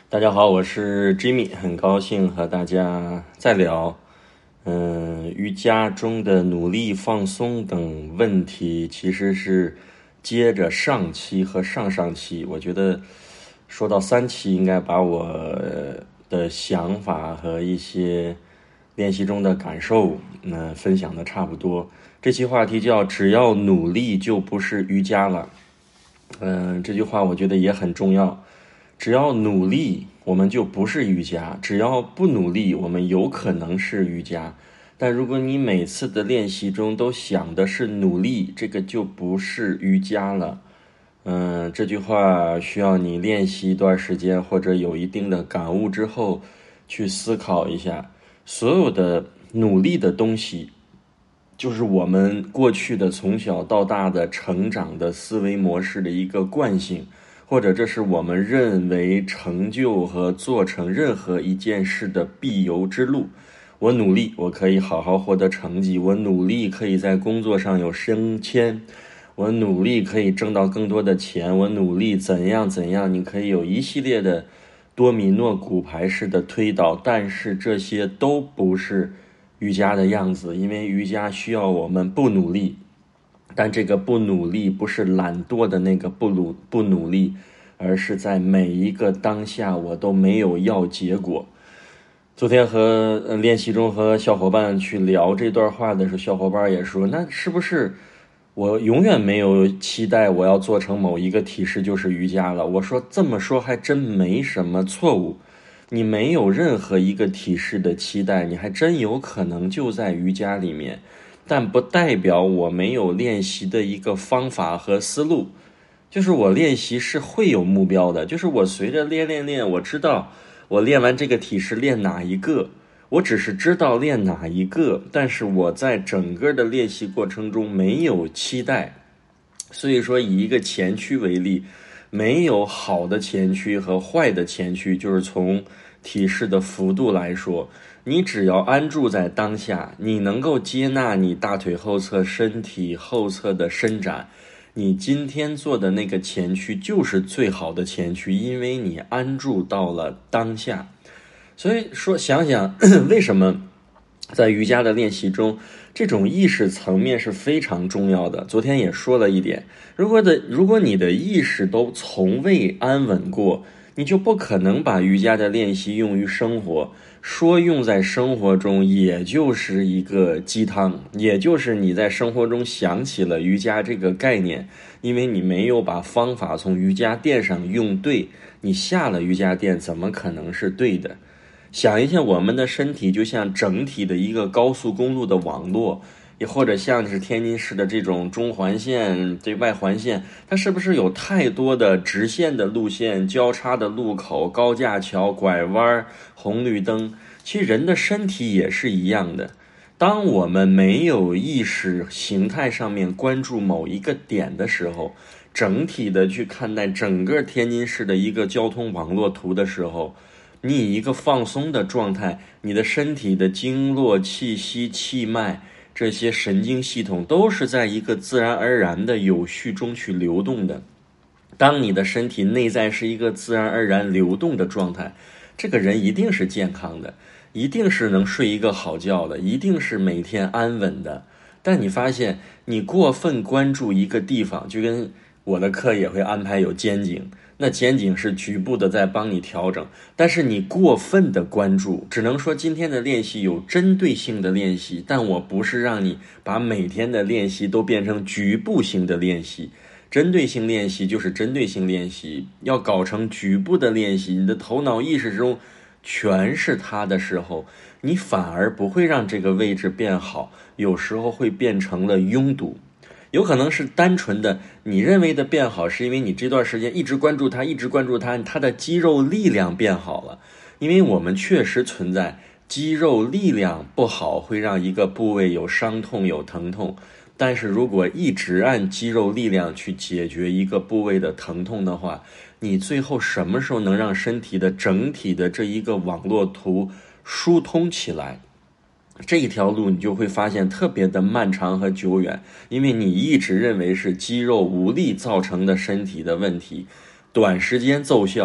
大家好，我是 Jimmy，很高兴和大家再聊，瑜伽中的努力、放松等问题，其实是接着上期和上上期，我觉得说到3期，应该把我的想法和一些练习中的感受，分享的差不多。这期话题叫"只要努力就不是瑜伽了"，这句话我觉得也很重要。只要努力，我们就不是瑜伽；只要不努力，我们有可能是瑜伽。但如果你每次的练习中都想的是努力，这个就不是瑜伽了。这句话需要你练习一段时间，或者有一定的感悟之后，去思考一下。所有的努力的东西，就是我们过去的从小到大的成长的思维模式的一个惯性。或者这是我们认为成就和做成任何一件事的必由之路。我努力，我可以好好获得成绩；我努力可以在工作上有升迁；我努力可以挣到更多的钱；我努力怎样怎样，你可以有一系列的多米诺骨牌式的推导。但是这些都不是瑜伽的样子，因为瑜伽需要我们不努力。但这个不努力不是懒惰的那个不努力，而是在每一个当下我都没有要结果。昨天练习中和小伙伴去聊这段话的时候，小伙伴也说，那是不是我永远没有期待我要做成某一个体式就是瑜伽了？我说这么说还真没什么错误，你没有任何一个体式的期待，你还真有可能就在瑜伽里面。但不代表我没有练习的一个方法和思路，就是我练习是会有目标的，就是我随着练，我知道我练完这个体式练哪一个，我只是知道练哪一个，但是我在整个的练习过程中没有期待。所以说以一个前驱为例，没有好的前驱和坏的前驱，就是从体式的幅度来说，你只要安住在当下，你能够接纳你大腿后侧身体后侧的伸展，你今天做的那个前驱就是最好的前驱，因为你安住到了当下。所以说想想为什么在瑜伽的练习中，这种意识层面是非常重要的。昨天也说了一点，如果你的意识都从未安稳过，你就不可能把瑜伽的练习用于生活。说用在生活中，也就是一个鸡汤，也就是你在生活中想起了瑜伽这个概念，因为你没有把方法从瑜伽垫上用对，你下了瑜伽垫怎么可能是对的？想一下，我们的身体就像整体的一个高速公路的网络，也或者像是天津市的这种中环线、这外环线，它是不是有太多的直线的路线、交叉的路口、高架桥、拐弯、红绿灯？其实人的身体也是一样的。当我们没有意识形态上面关注某一个点的时候，整体的去看待整个天津市的一个交通网络图的时候，你以一个放松的状态，你的身体的经络、气息、气脉，这些神经系统都是在一个自然而然的有序中去流动的。当你的身体内在是一个自然而然流动的状态，这个人一定是健康的，一定是能睡一个好觉的，一定是每天安稳的。但你发现你过分关注一个地方，就跟我的课也会安排有肩颈，那肩颈是局部的在帮你调整，但是你过分的关注，只能说今天的练习有针对性的练习，但我不是让你把每天的练习都变成局部性的练习。针对性练习就是针对性练习，要搞成局部的练习，你的头脑意识中全是它的时候，你反而不会让这个位置变好，有时候会变成了拥堵。有可能是单纯的你认为的变好，是因为你这段时间一直关注它，它的肌肉力量变好了。因为我们确实存在肌肉力量不好会让一个部位有伤痛有疼痛，但是如果一直按肌肉力量去解决一个部位的疼痛的话，你最后什么时候能让身体的整体的这一个网络图疏通起来？这一条路你就会发现特别的漫长和久远，因为你一直认为是肌肉无力造成的身体的问题，短时间奏效。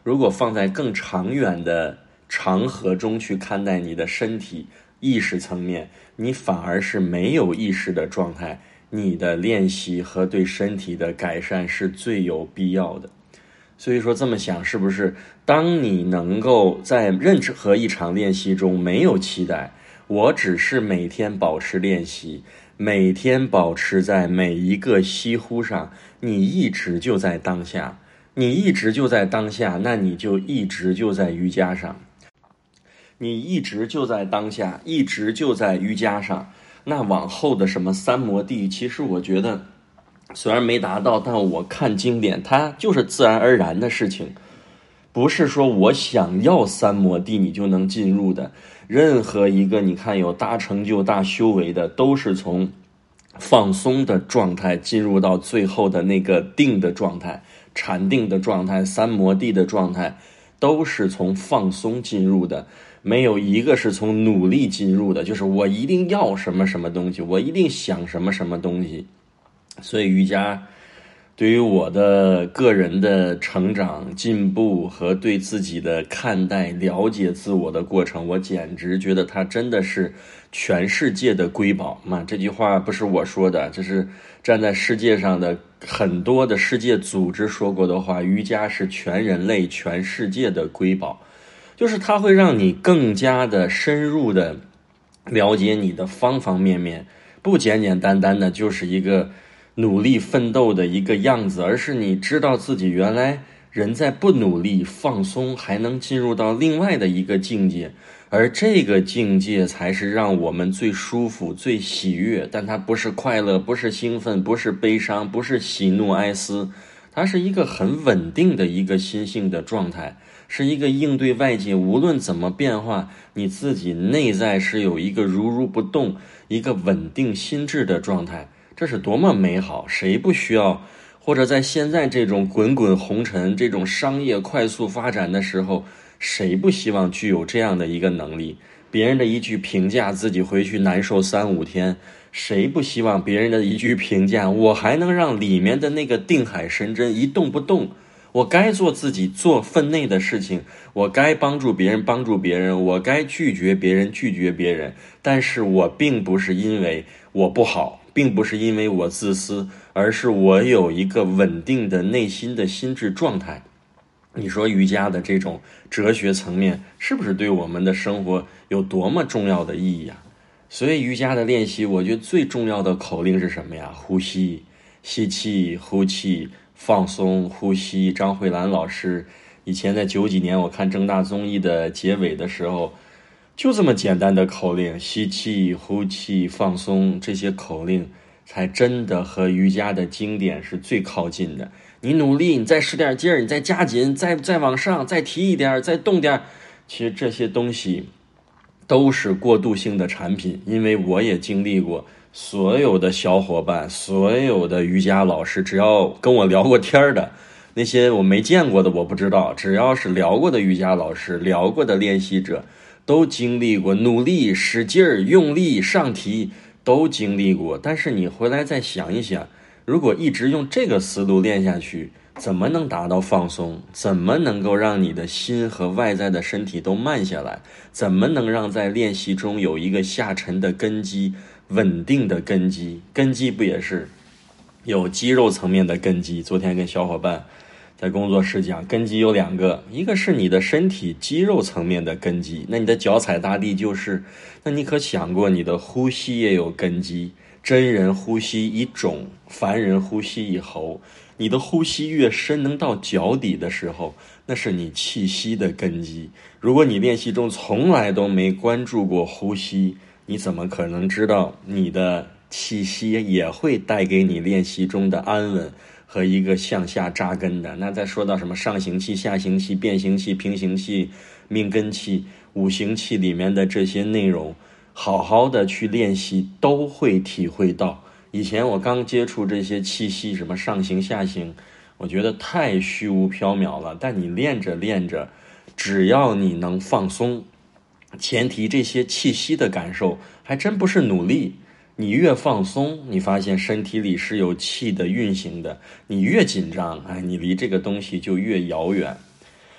如果放在更长远的长河中去看待你的身体意识层面，你反而是没有意识的状态，你的练习和对身体的改善是最有必要的。所以说这么想，是不是当你能够在任何一场练习中没有期待，我只是每天保持练习，每天保持在每一个吸呼上，你一直就在当下，你一直就在当下，那你就一直就在瑜伽上，你一直就在当下，一直就在瑜伽上。那往后的什么三摩地，其实我觉得虽然没达到，但我看经典它就是自然而然的事情，不是说我想要三摩地你就能进入的。任何一个你看有大成就大修为的，都是从放松的状态进入到最后的那个定的状态，禅定的状态，三摩地的状态，都是从放松进入的，没有一个是从努力进入的，就是我一定要什么什么东西，我一定想什么什么东西。所以瑜伽对于我的个人的成长进步和对自己的看待了解自我的过程，我简直觉得它真的是全世界的瑰宝嘛。这句话不是我说的，这是站在世界上的很多的世界组织说过的话，瑜伽是全人类全世界的瑰宝，就是它会让你更加的深入的了解你的方方面面，不简简单单的就是一个努力奋斗的一个样子，而是你知道自己原来人在不努力放松还能进入到另外的一个境界，而这个境界才是让我们最舒服最喜悦，但它不是快乐，不是兴奋，不是悲伤，不是喜怒哀思，它是一个很稳定的一个心性的状态，是一个应对外界无论怎么变化，你自己内在是有一个如不动，一个稳定心智的状态。这是多么美好，谁不需要？或者在现在这种滚滚红尘，这种商业快速发展的时候，谁不希望具有这样的一个能力？别人的一句评价，自己回去难受3、5天，谁不希望别人的一句评价，我还能让里面的那个定海神针一动不动？我该做自己做分内的事情，我该帮助别人帮助别人，我该拒绝别人拒绝别人，但是我并不是因为我不好，并不是因为我自私，而是我有一个稳定的内心的心智状态。你说瑜伽的这种哲学层面是不是对我们的生活有多么重要的意义啊？所以瑜伽的练习，我觉得最重要的口令是什么呀？呼吸，吸气，呼气，放松，呼吸。张慧兰老师以前在90几年我看正大综艺的结尾的时候，就这么简单的口令，吸气，呼气，放松，这些口令才真的和瑜伽的经典是最靠近的。你努力，你再使点劲儿，你再加紧，再往上，再提一点，再动点，其实这些东西都是过渡性的产品。因为我也经历过，所有的小伙伴，所有的瑜伽老师，只要跟我聊过天的，那些我没见过的我不知道，只要是聊过的瑜伽老师，聊过的练习者，都经历过努力、使劲儿、用力、上提，都经历过。但是你回来再想一想，如果一直用这个思路练下去，怎么能达到放松？怎么能够让你的心和外在的身体都慢下来？怎么能让在练习中有一个下沉的根基，稳定的根基？根基不也是有肌肉层面的根基？昨天跟小伙伴在工作室讲，根基有2个，一个是你的身体肌肉层面的根基，那你的脚踩大地就是，那你可想过你的呼吸也有根基？真人呼吸一种，凡人呼吸一喉。你的呼吸越深，能到脚底的时候，那是你气息的根基。如果你练习中从来都没关注过呼吸，你怎么可能知道你的气息也会带给你练习中的安稳和一个向下扎根的？那再说到什么上行气、下行气、变形气、平行气、命根气、五行气里面的这些内容，好好的去练习都会体会到。以前我刚接触这些气息，什么上行下行，我觉得太虚无缥缈了。但你练着练着，只要你能放松，前提这些气息的感受还真不是努力。你越放松，你发现身体里是有气的运行的，你越紧张，你离这个东西就越遥远。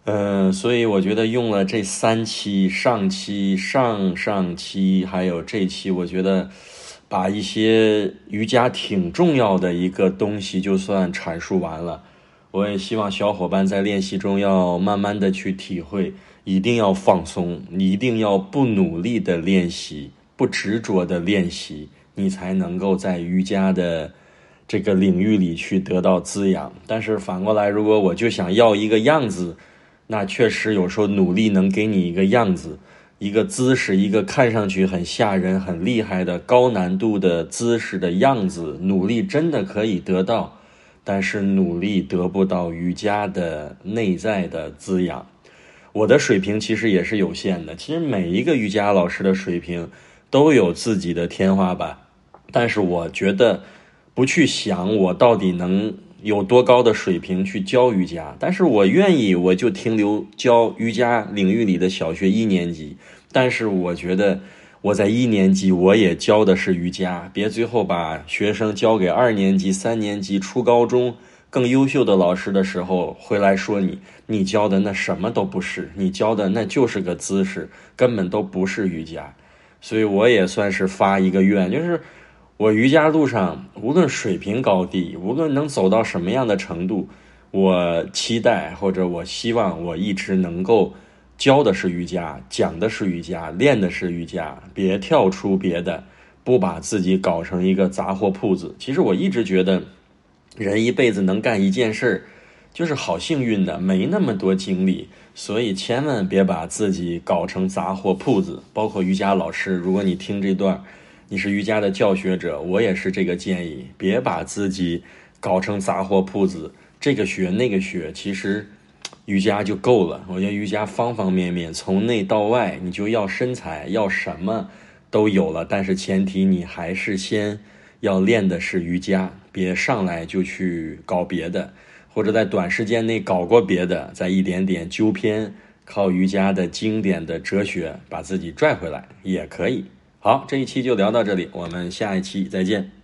所以我觉得用了这3期，上期、上上期，还有这期，我觉得把一些瑜伽挺重要的一个东西就算阐述完了。我也希望小伙伴在练习中要慢慢的去体会，一定要放松，一定要不努力的练习，不执着的练习，你才能够在瑜伽的这个领域里去得到滋养。但是反过来，如果我就想要一个样子，那确实有时候努力能给你一个样子，一个姿势，一个看上去很吓人很厉害的高难度的姿势的样子，努力真的可以得到，但是努力得不到瑜伽的内在的滋养。我的水平其实也是有限的，其实每一个瑜伽老师的水平都有自己的天花板，但是我觉得不去想我到底能有多高的水平去教瑜伽，但是我愿意我就停留教瑜伽领域里的小学1年级，但是我觉得我在1年级我也教的是瑜伽，别最后把学生交给2年级、3年级、初高中更优秀的老师的时候，回来说你教的那什么都不是，你教的那就是个姿势，根本都不是瑜伽。所以我也算是发一个愿，就是我瑜伽路上无论水平高低，无论能走到什么样的程度，我期待或者我希望我一直能够教的是瑜伽，讲的是瑜伽，练的是瑜伽，别跳出别的，不把自己搞成一个杂货铺子。其实我一直觉得人一辈子能干一件事就是好幸运的，没那么多精力，所以千万别把自己搞成杂货铺子。包括瑜伽老师，如果你听这段你是瑜伽的教学者，我也是这个建议，别把自己搞成杂货铺子，这个学那个学，其实瑜伽就够了。我觉得瑜伽方方面面，从内到外，你就要身材，要什么都有了，但是前提你还是先要练的是瑜伽，别上来就去搞别的，或者在短时间内搞过别的，再一点点纠偏，靠瑜伽的经典的哲学把自己拽回来也可以。好，这一期就聊到这里，我们下一期再见。